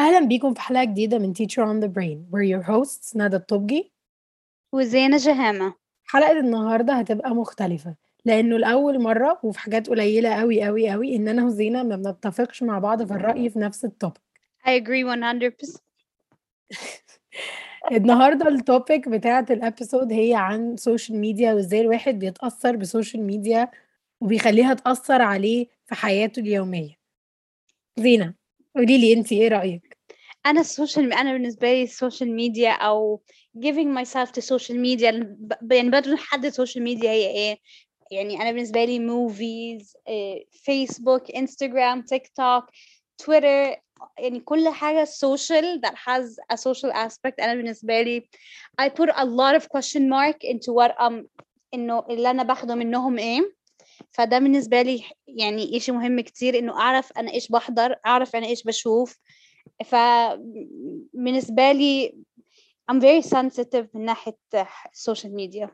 أهلا بيكم في حلقة جديدة من Teacher on the Brain. We're your hosts ندى الطبجي. وزينة جهامة. حلقة النهاردة هتبقى مختلفة لأنه لأول مرة وفي حاجات قليلة قوي قوي قوي إن أنا وزينة ما بنتفقش مع بعض في الرأي في نفس التوبيك. I agree 100%. النهاردة التوبيك بتاعة الابيسود هي عن سوشيال ميديا وإزاي الواحد بيتأثر بسوشيال ميديا وبيخليها تأثر عليه في حياته اليومية. زينة قوليلي انتي ايه رأيك؟ أنا بالنسبة لي السوشيال ميديا أو giving myself to social media يعني بدل نحدد السوشيال ميديا هي إيه. يعني أنا بالنسبة لي موفيز، فيسبوك، انستغرام، تيك توك، تويتر، يعني كل حاجة social that has a social aspect. أنا بالنسبة لي I put a lot of question mark into what إنه اللي أنا باخده منهم إيه. فده بالنسبة لي يعني إشي مهم كتير إنه أعرف أنا إيش بحضر، أعرف أنا إيش بشوف. فبالنسبة لي I'm very sensitive من ناحية السوشيال ميديا.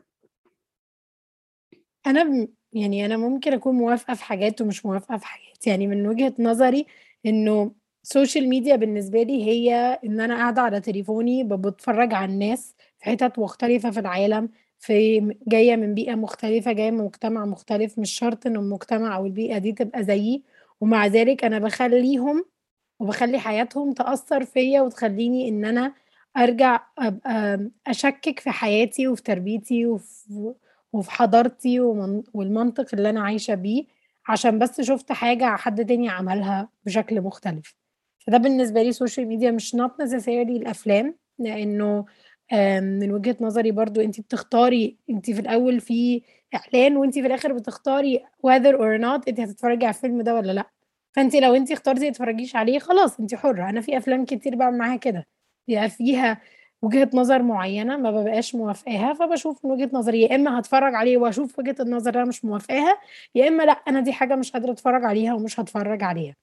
يعني أنا ممكن أكون موافقة في حاجات ومش موافقة في حاجات. يعني من وجهة نظري إنه السوشيال ميديا بالنسبة لي هي إن أنا قاعدة على تليفوني بتفرج على الناس في حتت مختلفة في العالم، جاية من بيئة مختلفة، جاية من مجتمع مختلف، مش شرط إن المجتمع أو البيئة دي تبقى زيي، ومع ذلك أنا بخليهم وبخلي حياتهم تأثر فيا وتخليني إن أنا أرجع أبقى أشكك في حياتي وفي تربيتي وفي حضارتي والمنطق اللي أنا عايشة بيه عشان بس شُفت حاجة حد تاني عملها بشكل مختلف. فده بالنسبة لي social media مش not necessarily الأفلام، لإنه من وجهة نظري برضه أنتِ بتختاري، أنتِ في الأول في إعلان وأنتِ في الآخر بتختاري whether or not أنتِ هتتفرّجي على الفيلم ده والّا لأ. فأنتِ لو أنتِ اخترتِ ما تتفرّجيش عليه خلاص أنتِ حُرّة. أنا في أفلام كتير باعمل معاها كده، بيبقى فيها وجهة نظر معيّنة ما بابقاش موافقاها، فباشوف من وجهة نظري يا إمّا هاتفرّج عليه وأشوف وجهة النظر اللي أنا مش موافقاها، يا إمّا لأ، أنا دي حاجة مش قادرة أتفرّج عليها ومش هاتفرّج عليها.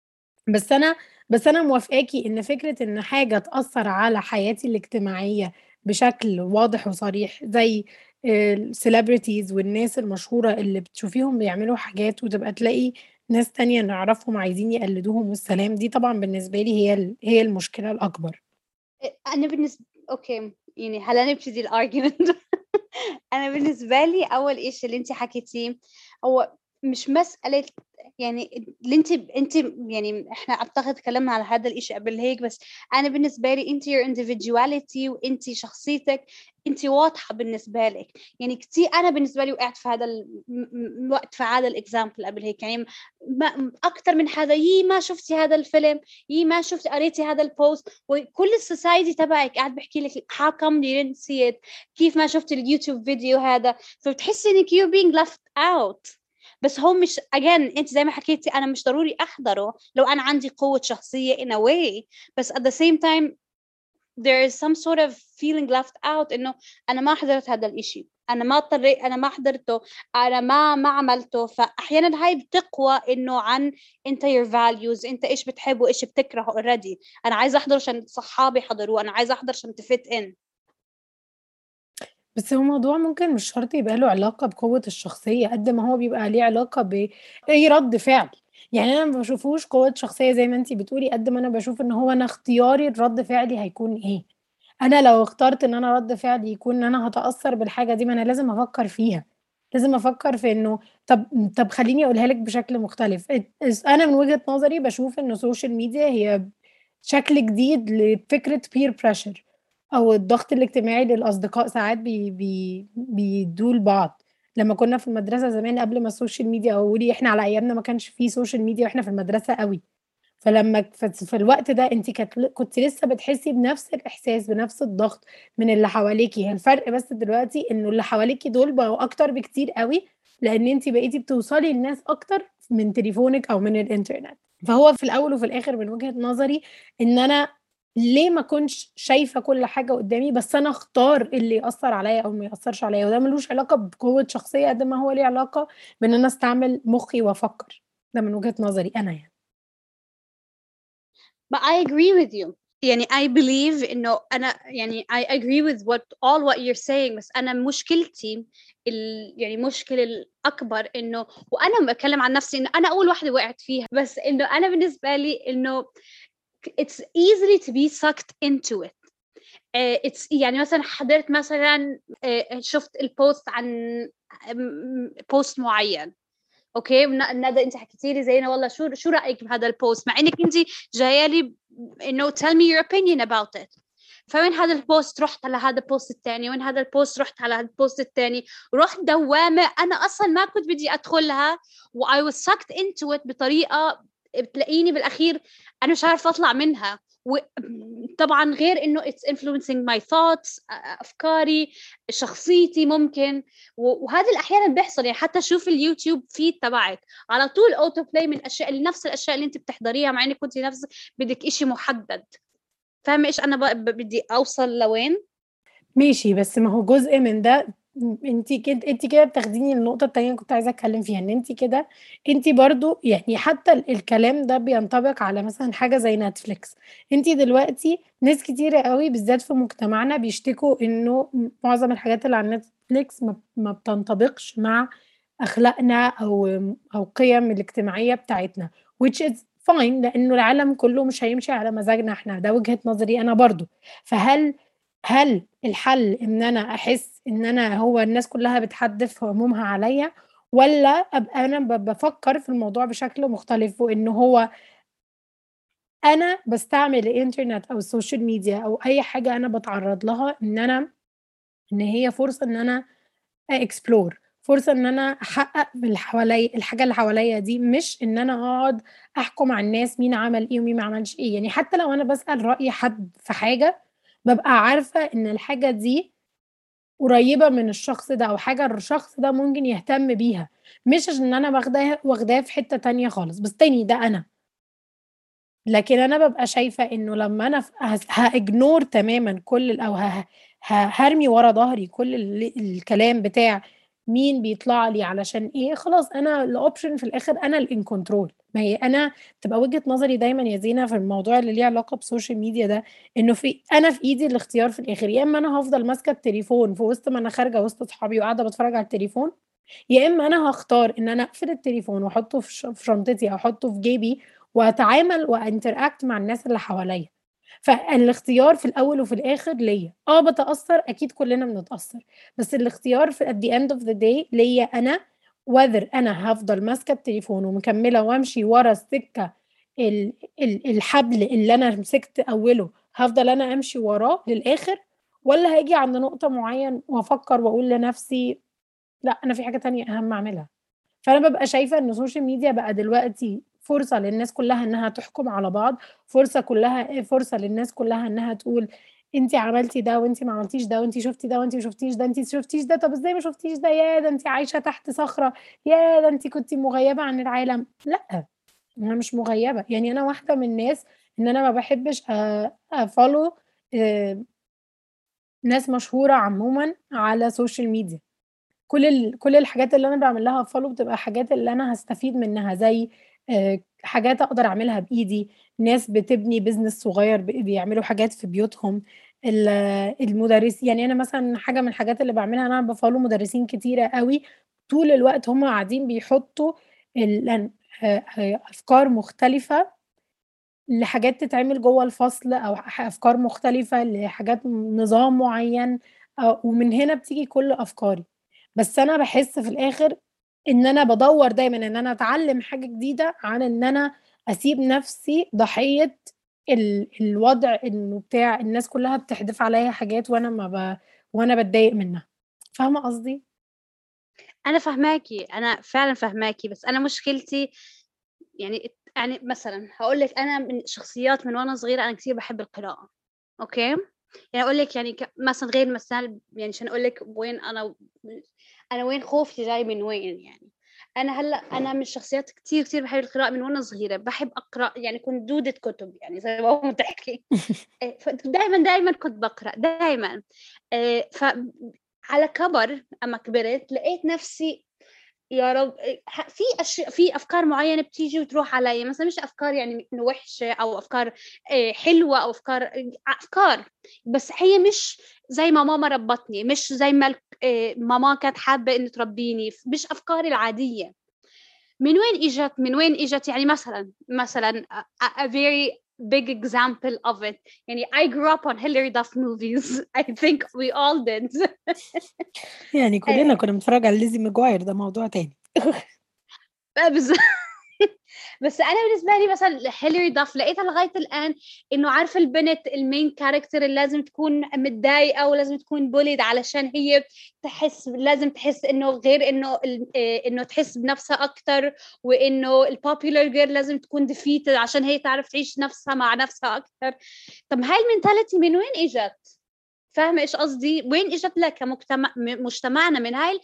بس أنا موافقاكِ إن فكرة إن حاجة تأثّر على حياتي الاجتماعية بشكل واضح وصريح زي الcelebrities والناس المشهورة اللي بتشوفيهم بيعملوا حاجات وتبقى تلاقي ناس تانية نعرفهم عايزين يقلدوهم والسلام، دي طبعًا بالنسبة لي هي المشكلة الأكبر. أنا أوكي، يعني هلا نبتدي الارجيومنت. أنا بالنسبة لي أول إشي اللي أنت حكيتيه هو مش مسألة، يعني اللي أنت يعني إحنا أعتقد تكلمنا على هذا الإشي قبل هيك، بس أنا بالنسبة لي أنت your individuality وأنت شخصيتك أنت واضحة بالنسبة لك. يعني كتير أنا بالنسبة لي وقعت في هذا الوقت في هذا الإكزامبل قبل هيك، يعني ما أكتر من هذا، ما شفتي هذا الفيلم، ما شفتي قريتي هذا البوست، وكل السوسايتي تبعك قاعد بحكي لك how come you didn't see it، كيف ما شفت اليوتيوب فيديو هذا، فبتحسي انك you're being left out. بس هو مش again انت زي ما حكيتي انا مش ضروري احضره لو انا عندي قوة شخصية in a way، بس at the same time there is some sort of feeling left out انه انا ما حضرت هذا الاشي، انا ما اضطريت، انا ما حضرته، انا ما عملته. فاحيانا هاي بتقوى انه عن انت your values، انت ايش بتحب وايش بتكره already. انا عايزه احضر عشان صحابي حضروه، انا عايزه احضر عشان تفت ان. بس هو الموضوع ممكن مش شرط يبقى له علاقة بقوة الشخصية قد ما هو بيبقى ليه علاقة بأي رد فعل. يعني أنا ما باشوفوش قوة شخصية زي ما أنتِ بتقولي، قد ما أنا باشوف إن هو أنا اختياري لرد فعلي هيكون إيه. أنا لو اخترت إن أنا رد فعلي يكون إن أنا هاتأثّر بالحاجة دي، ما أنا لازم أفكّر فيها، لازم أفكّر في إنه طب خلّيني أقولها لِك بشكل مختلف. أنا من وجهة نظري باشوف إنه السوشيال ميديا هي شكل جديد لفكرة peer pressure أو الضغط الاجتماعي اللي الأصدقاء ساعات بيدّوه لبعض. لمّا كنا في المدرسة زمان قبل ما السوشيال ميديا، أو قولي إحنا على أيامنا ما كانش في سوشيال ميديا وإحنا في المدرسة أوي، فلمّا في الوقت ده أنتِ كنتِ لسه بتحسّي بنفس الإحساس، بنفس الضغط من اللي حواليكِ. هي الفرق بس دلوقتي إنه اللي حواليكِ دول بقوا أكتر بكتير أوي، لإن أنتِ بقيتِ بتوصلي لناس أكتر من تليفونِك أو من الإنترنت. فهو في الأول وفي الآخر من وجهة نظري إن أنا ليه ما أكونش شايفة كل حاجة قدّامي، بس أنا أختار اللي يأثّر عليَّ أو ما يأثّرش عليَّ، وده ما لوش علاقة بقوة شخصية قد ما هو ليه علاقة بإن أنا أستعمل مُخّي وأفكّر. ده من وجهة نظري أنا يعني. But I agree with you. يعني I believe إنه أنا يعني I agree with what you're saying. بس أنا مشكلتي يعني المشكلة الأكبر إنه، وأنا باتكلم عن نفسي إنه أنا أول واحدة وقعت فيها، بس إنه أنا بالنسبة لي إنه it's easily to be sucked into it. it's يعني مثلا حضرت مثلا شفت البوست عن بوست معين، اوكي ندى انت حكيتي لي زينا والله شو رايك بهذا البوست، مع انك انت جايه لي انه tell me your opinion about it. فمن هذا البوست رحت على هذا البوست الثاني، ومن هذا البوست رحت على هذا البوست الثاني، ورحت دوامه انا اصلا ما كنت بدي ادخلها، و I was sucked into it بطريقه بتلاقيني بالاخير انا مش عارفه اطلع منها. وطبعا غير انه it's influencing my thoughts، افكاري، شخصيتي ممكن. وهذا الاحيانا بيحصل، يعني حتى شوف اليوتيوب فيد تبعك على طول اوتو بلاي من اشياء نفس الاشياء اللي انت بتحضريها، مع انك كنت نفس بدك إشي محدد. فاهمه ايش انا بدي اوصل لوين؟ ماشي، بس ما هو جزء من ده. انت كده بتاخديني النقطة التانية اللي كنت عايزة اتكلم فيها، ان انت كده انت برضو يعني حتى الكلام ده بينطبق على مثلا حاجة زي نتفليكس. انت دلوقتي ناس كتيرة قوي بالذات في مجتمعنا بيشتكوا انه معظم الحاجات اللي على نتفليكس ما بتنطبقش مع اخلاقنا او قيم الاجتماعية بتاعتنا، which is fine، لانه العالم كله مش هيمشي على مزاجنا احنا. ده وجهة نظري انا برضو. فهل الحل ان انا احس ان انا هو الناس كلها بتحدف همومها عليا، ولا ابقى انا بفكر في الموضوع بشكل مختلف، وان هو انا بستعمل الانترنت او السوشيال ميديا او اي حاجة انا بتعرض لها ان هي فرصة ان انا اكسبلور، فرصة ان انا احقق الحاجة اللي حواليا دي، مش ان انا اقعد احكم على الناس مين عمل ايه ومين ما عملش ايه. يعني حتى لو انا بسأل رأي حد في حاجة، ببقى عارفة ان الحاجة دي قريبة من الشخص ده، أو حاجة الشخص ده ممكن يهتم بيها، مش عشان أنا واخداه في حتة تانية خالص. بس تاني ده أنا. لكن أنا بابقى شايفة إنه لمّا أنا هignore تمامًا كل أو هارمي ورا ضهري كل الكلام بتاع مين بيطلع لي علشان إيه، خلاص أنا الoption في الآخر أنا الin control. ما هي أنا بتبقى وجهة نظري دايمًا يا زينة في الموضوع اللي ليه علاقة بالسوشيال ميديا ده، إنه أنا في إيدي الاختيار في الآخر. يا إما أنا هافضل ماسكة التليفون في وسط ما أنا خارجة وسط صحابي وقاعدة باتفرج على التليفون، يا إما أنا هاختار إن أنا أقفل التليفون وأحطه في شنطتي أو أحطه في جيبي وأتعامل وinteract مع الناس اللي حواليّا. فالاختيار في الأول وفي الآخر ليّا. باتأثّر، أكيد كلّنا بنتأثّر، بس الاختيار at the end of the day ليّا أنا، whether أنا هافضل ماسكة التليفون ومكمّلة وأمشي ورا السكة الحبل اللي أنا مسكت أوّله هافضل أنا أمشي وراه للآخر، والّا هاجي عند نقطة معيّن وأفكّر وأقول لنفسي لأ، أنا في حاجة تانية أهم أعملها. فأنا بابقى شايفة إن السوشيال ميديا بقى دلوقتي فرصة للناس كلّها إنها تحكم على بعض، فرصة للناس كلّها إنها تقول أنتِ عملتِ ده وأنتِ ما عملتيش ده، وأنتِ شُفتِ ده وأنتِ ما شُفتيش ده، أنتِ ما شُفتيش ده، طَب إزاي ما شُفتيش ده، ياه! ده أنتِ عايشة تحت صخرة، ياه! ده أنتِ كنتِ مُغيّبة عن العالم. لأ، أنا مش مُغيّبة. يعني أنا واحدة من الناس إن أنا ما باحبش أfollow آآ ناس مشهورة عمومًا على social media. كل الحاجات اللي أنا باعمل لها follow بتبقى حاجات اللي أنا هاستفيد منها، زي حاجات أقدر أعملها بإيدي، ناس بتبني business صغير بيعملوا حاجات في بيوتهم، يعني أنا مثلًا حاجة من الحاجات اللي باعملها إن أنا باfollow مدرسين كتيرة أوي، طول الوقت هُم قاعدين بيحطوا ال أفكار مختلفة لحاجات تتعمل جوّه الفصل، أو أفكار مختلفة لحاجات نظام معيّن، ومن هنا بتيجي كل أفكاري. بس أنا باحس في الآخر إن أنا بادوّر دايمًا إن أنا أتعلّم حاجة جديدة، عن إن أنا أسيب نَفْسي ضحية الوضع إنه بتاع الناس كلّها بتحدف عليّا حاجات وأنا باتضايق منها. فاهمة قصدي؟ أنا فاهماكِ، أنا فعلًا فاهماكِ، بس أنا مشكلتي يعني مثلًا هاقول لِك أنا من شخصيات من وأنا صغيرة أنا كتير باحب القراءة، أوكي؟ يعني أقول لِك يعني مثلًا غير مثال يعني عشان أقول لِك وين أنا وين خوفي جاي من وين يعني. أنا هلأ أنا من الشخصيات كتير باحب القراءة من وأنا صغيرة، باحب أقرأ يعني كنت دودة كُتب يعني زي ما ماما بتحكي. دايمًا كنت باقرأ، دايمًا. ف على كَبَر أمّا كبرت لقيت نفسي يا رب في أفكار معيّنة بتيجي وتروح عليّا، مثلًا مش أفكار يعني إنه وِحشة أو أفكار حلوة أو أفكار، بس هي مش زي ما ماما ربّتني، مش زي ما ماما كانت حابة إنه تربّيني، مش أفكاري العادية. من وين إجت يعني مثلًا a very big example of it. يعني I grew up on Hilary Duff movies. I think we all did. يعني كلنا كنا بنتفرج على ليزي ماجواير، ده موضوع تاني. بس بس انا بالنسبه لي مثلا هيلاري داف لقيتها لغايه الان انه عارفه البنت المين كاركتر اللي لازم تكون متضايقه ولازم تكون بوليد علشان هي لازم تحس انه غير انه تحس بنفسها اكتر، وانه البوبيلر جير لازم تكون ديفيتد عشان هي تعرف تعيش نفسها مع نفسها اكتر. طب هاي المينتاليتي من وين اجت؟ فاهمه ايش قصدي؟ وين اجت لك كمجتمع مجتمعنا من هاي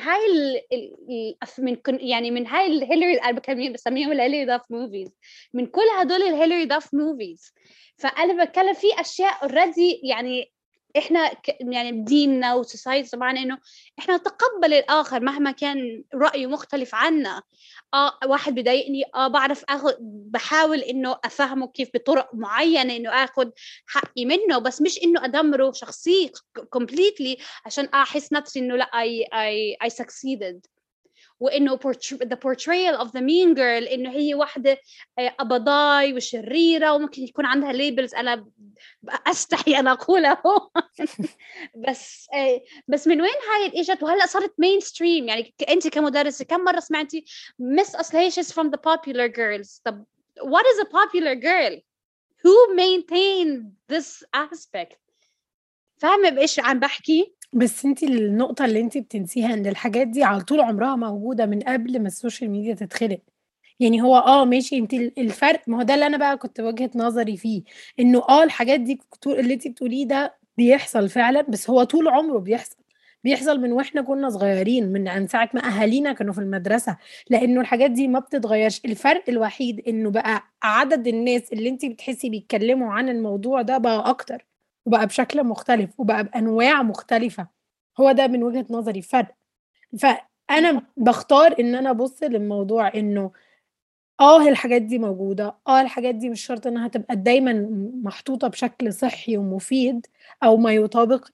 يعني من هاي الهيلاري، انا بسميهم الهيلاري داف موفيز، من كل هدول الهيلاري داف موفيز. فانا بتكلم في اشياء اوريدي، يعني احنا يعني بديننا وسوسايتي طبعا انه احنا نتقبل الاخر مهما كان رايه مختلف عنا. واحد بضايقني بعرف بحاول انه افهمه كيف بطرق معينه انه اخذ حقي منه، بس مش انه ادمره شخصيا completely عشان احس نفسي انه لا I succeeded. وانه the portrayal of the mean girl انه هي واحده قبضاي وشريره وممكن يكون عندها ليبلز انا استحي انا اقولها. بس من وين هاي اجت؟ وهلا صارت مين ستريم. يعني انت كمدرسه كم مره سمعتي Miss Aslicious from the popular girls؟ طب what is a popular girl? Who maintained this aspect؟ فاهمه بايش عم بحكي؟ بس انت النقطة اللي انت بتنسيها ان الحاجات دي على طول عمرها موجودة من قبل ما السوشيال ميديا تتخلق. يعني هو ماشي، انت الفرق، ما هو ده اللي انا بقى كنت وجهة نظري فيه، انه الحاجات دي اللي انت بتقوليه ده بيحصل فعلا، بس هو طول عمره بيحصل من واحنا كنا صغيرين، من عن ساعة ما اهالينا كانوا في المدرسة، لانه الحاجات دي ما بتتغيرش. الفرق الوحيد انه بقى عدد الناس اللي انت بتحسي بيتكلموا عن الموضوع ده بقى اكتر، وبقى بشكل مختلف، وبقى بانواع مختلفة. هو ده من وجهة نظري فرق. فانا بختار ان انا ابص للموضوع انه الحاجات دي موجودة، الحاجات دي مش شرط انها تبقى دايما محطوطة بشكل صحي ومفيد، او ما يطابق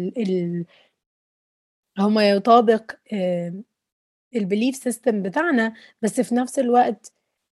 او ما يطابق البيليف سيستم بتاعنا. بس في نفس الوقت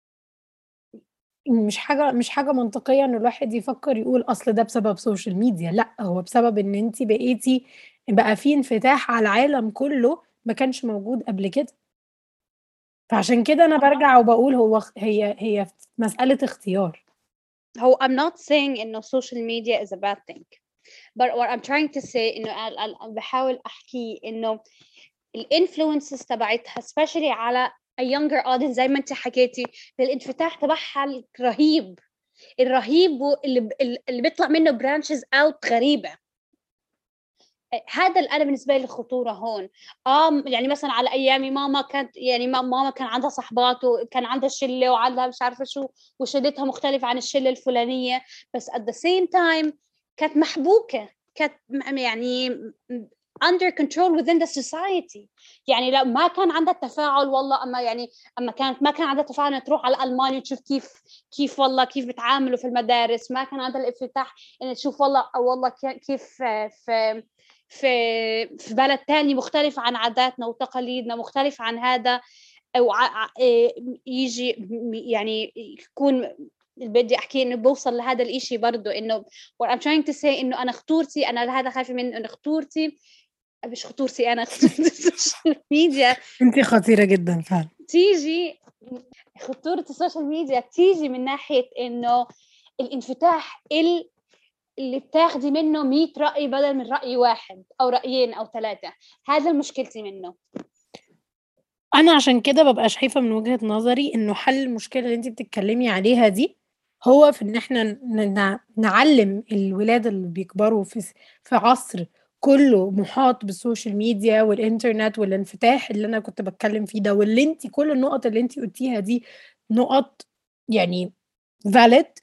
مش حاجة منطقية ان الواحد يفكر يقول اصل ده بسبب سوشيال ميديا. لا، هو بسبب ان انت بقى في انفتاح على العالم كله ما كانش موجود قبل كده. فعشان كده انا برجع وبقول هي مسألة اختيار. هو I'm not saying إنه social media is a bad thing, but what I'm trying to say إنه بحاول أحكي إنه الانفلونسز تبعتها especially على a younger audience زي ما أنت حكيتي، الانفتاح تبعها الرهيب اللي بيطلع منه branches out غريبة. هذا اللي انا بالنسبه لي الخطوره هون. يعني مثلا على ايامي ماما كانت، يعني ماما كان عندها صحبات وكان عندها شله وعندها مش عارفه شو، وشلتها مختلفه عن الشله الفلانيه، بس at the same time كانت محبوكه، كانت يعني under control within the society. يعني لو ما كان عندها التفاعل والله، اما كانت ما كان عندها تفاعل انها تروح على المانيا وتشوف كيف والله كيف بتعاملوا في المدارس، ما كان عندها الانفتاح ان تشوف والله كيف في بلد تاني مختلف عن عاداتنا وتقاليدنا، مختلف عن هذا، أو يجي يعني يكون بدي أحكي إنه بوصل لهذا الإشي برضو. إنه what I'm trying to say إنه أنا خطورتي، أنا لهذا خايفة من إنه خطورتي، مش خطورتي أنا خطورتي السوشيال ميديا انت خطيرة جدا فعلا. تيجي خطورة السوشيال ميديا تيجي من ناحية إنه الانفتاح اللي بتاخدي منه 100 رأي بدل من رأي واحد أو رأيين أو 3. هذا مشكلتي منه. أنا عشان كده بابقى شايفة من وجهة نظري إنه حل المشكلة اللي أنتِ بتتكلمي عليها دي، هو في إن إحنا نعلّم الولاد اللي بيكبروا في عصر كُلّه مُحاط بالسوشيال ميديا والإنترنت والانفتاح اللي أنا كنت باتكلم فيه ده، واللي أنتِ كل النُقط اللي أنتِ قُلتيها دي نُقط يعني valid.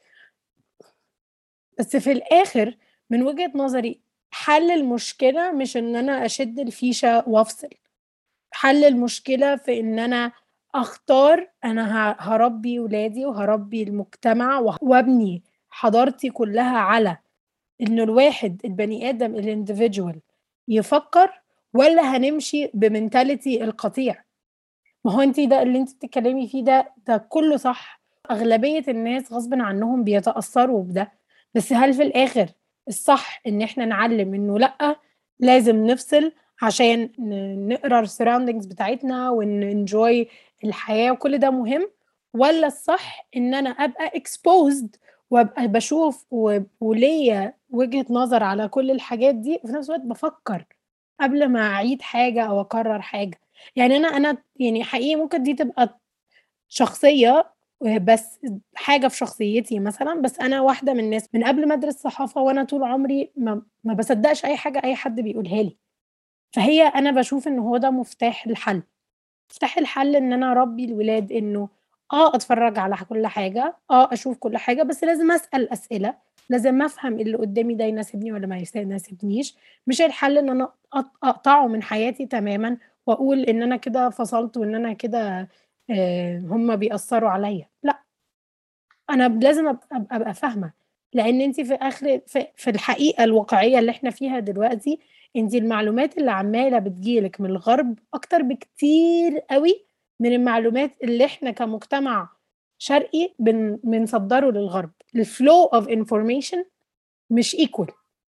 بس في الآخر من وجهة نظري حل المشكلة مش إن أنا أشِد الفيشة وأفصل. حل المشكلة في إن أنا أختار أنا هاربّي ولادي وهاربّي المجتمع وأبني حضارتي كلّها على إنه الواحد البني آدم الindividual يفكّر، والّا هنمشي بmentality القطيع. ما هو أنتِ ده اللي أنتِ بتتكلّمي فيه ده كلّه صح، أغلبية الناس غصبٍ عنهم بيتأثّروا بده، بس هل في الآخر الصح إن إحنا نعلّم إنه لأ، لازم نفصل عشان نقرا الsurroundings بتاعتنا ونenjoy الحياة وكل ده مهم، والّا الصح إن أنا أبقى exposed وأبقى باشوف وليّا وجهة نظر على كل الحاجات دي، وفي نفس الوقت بافكّر قبل ما أعيد حاجة أو أكرّر حاجة. يعني أنا يعني حقيقي ممكن دي تبقى شخصية بس حاجة في شخصيتي مثلًا، بس أنا واحدة من الناس من قبل ما أدرس صحافة وأنا طول عمري ما باصدّقش أي حاجة أي حد بيقولها لي، فهي أنا باشوف إن هو ده مفتاح الحل. مفتاح الحل إن أنا أربّي الولاد إنه أتفرّج على كل حاجة، أشوف كل حاجة، بس لازم أسأل أسئلة، لازم أفهم اللي قدّامي ده يناسبني والّا ما يناسبنيش، مش الحل إن أنا أقطعه من حياتي تمامًا وأقول إن أنا كده فصلت وإن أنا كده هُم بيأثّروا عليّا، لأ، أنا لازم أبقى فاهمة، لإن أنتِ في آخر في الحقيقة الواقعية اللي إحنا فيها دلوقتي، أنتِ المعلومات اللي عمّالة بتيجي لِك من الغرب أكتر بكتير أوي من المعلومات اللي إحنا كمجتمع شرقي بنصدّره للغرب. الflow of information مش equal،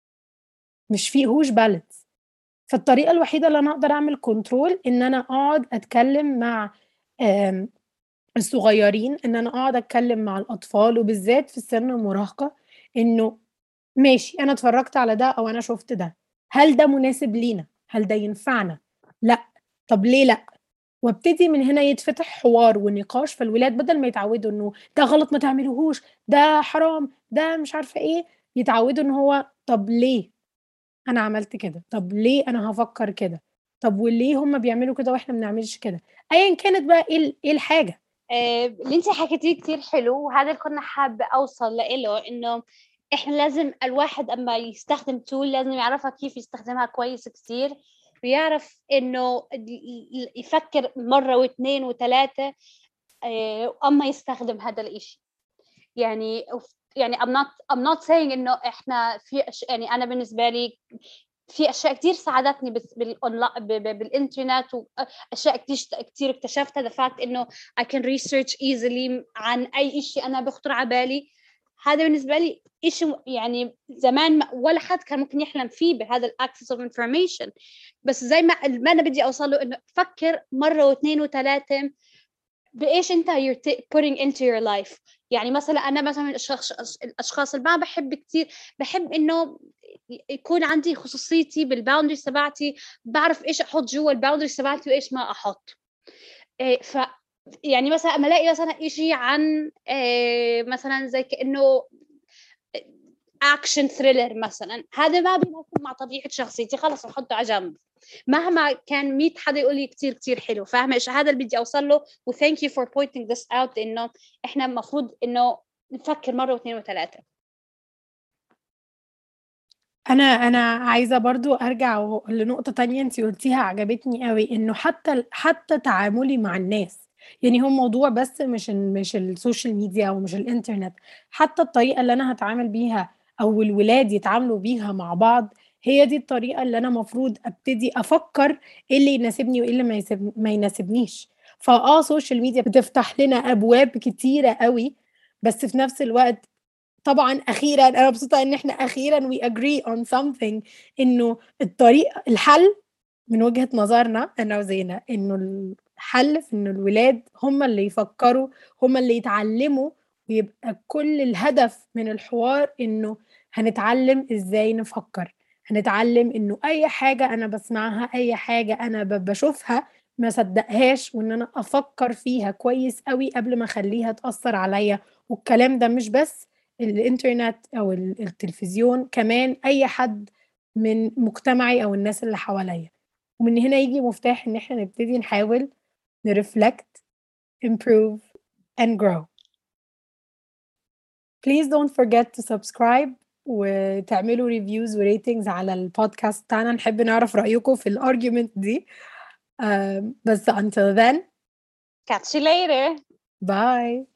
مش فيهوش balance. فالطريقة الوحيدة اللي أنا أقدر أعمل control إن أنا أقعد أتكلّم مع آمم الصغيّرين، إن أنا أقعد أتكلّم مع الأطفال وبالذات في سِن المراهقة، إنه ماشي أنا اتفرّجت على ده أو أنا شُفت ده، هل ده مناسب لينا؟ هل ده ينفعنا؟ لأ، طَب ليه لأ؟ وابتدي من هنا يتفتح حوار ونقاش، فالولاد بدل ما يتعوّدوا إنه ده غلط ما تعملوهوش، ده حرام، ده مش عارفة إيه، يتعوّدوا إن هو طَب ليه أنا عملت كده؟ طَب ليه أنا هافكّر كده؟ طَب وليه هُم بيعملوا كده وإحنا ما بنعملش كده؟ أيًا كانت بقى إيه الحاجة. اللي أنتِ حكيتيه كتير حلو، وهذا اللي كنت حابة أوصل له، إنه إحنا لازم الواحد أمّا يستخدم tool لازم يعرفها كيف يستخدمها كويس كتير، ويعرف إنه يفكر مرّة و2 و3 أمّا يستخدم هذا الإشي. يعني I'm not saying إنه إحنا في يعني أنا بالنسبة لي في أشياء كتير ساعدتني بالإنترنت، وأشياء كتير اكتشفتها the fact إنه I can research easily عن أي إشي أنا بيخطر على بالي. هذا بالنسبة لي إشي يعني زمان ولا حد كان ممكن يحلم فيه بهذا الaccess of information. بس زي ما أنا بدي أوصل له إنه فكر مرة و2 و3 بإيش أنت putting into your life. يعني مثلًا أنا مثلًا من الأشخاص اللي ما باحب إنه يكون عندي خصوصيتي بالboundaries تبعتي، باعرف إيش أحط جوا الboundaries تبعتي وإيش ما أحط. ف يعني مثلًا أمّا ألاقي مثلًا إشي عن مثلًا زي كإنه action thriller مثلًا، هذا ما بيناسب مع طبيعة شخصيتي، خلص باحطه على جنب، مهما كان 100 حدا يقول لي كتير، كتير حلو، فاهمة هذا اللي بدي أوصل له. وthank you for pointing this out إنه إحنا المفروض إنه نفكر مرة و2 و3. أنا عايزة برضه أرجع لنقطة تانية أنتِ قُلتيها عجبتني أوي، إنه حتى تعاملي مع الناس، يعني هو الموضوع بس مش السوشيال ميديا أو مش الإنترنت، حتى الطريقة اللي أنا هاتعامل بيها أو الولاد يتعاملوا بيها مع بعض، هي دي الطريقة اللي أنا المفروض أبتدي أفكّر إيه اللي يناسبني وإيه اللي ما يناسبنيش. السوشيال ميديا بتفتح لنا أبواب كتيرة أوي، بس في نفس الوقت طبعًا أخيرًا أنا مبسوطة إن إحنا أخيرًا we agree on something إنه الحل من وجهة نظرنا أنا وزينة، إنه الحل في إنه الولاد هم اللي يفكّروا، هم اللي يتعلّموا، ويبقى كل الهدف من الحوار إنه هنتعلّم إزاي نفكّر، هنتعلّم إنه أي حاجة أنا باسمعها، أي حاجة أنا باشوفها ما أصدّقهاش، وإن أنا أفكّر فيها كويس أوي قبل ما أخلّيها تأثّر عليَّ، والكلام ده مش بس الإنترنت أو التلفزيون، كمان أي حد من مجتمعي أو الناس اللي حواليّا. ومن هنا ييجي مفتاح إن إحنا نبتدي نحاول نreflect, improve and grow. Please don't forget to subscribe وتعملوا reviews وratings على البودكاست بتاعنا، نحب نعرف رأيكم في الargument دي. بس until then catch you later. bye.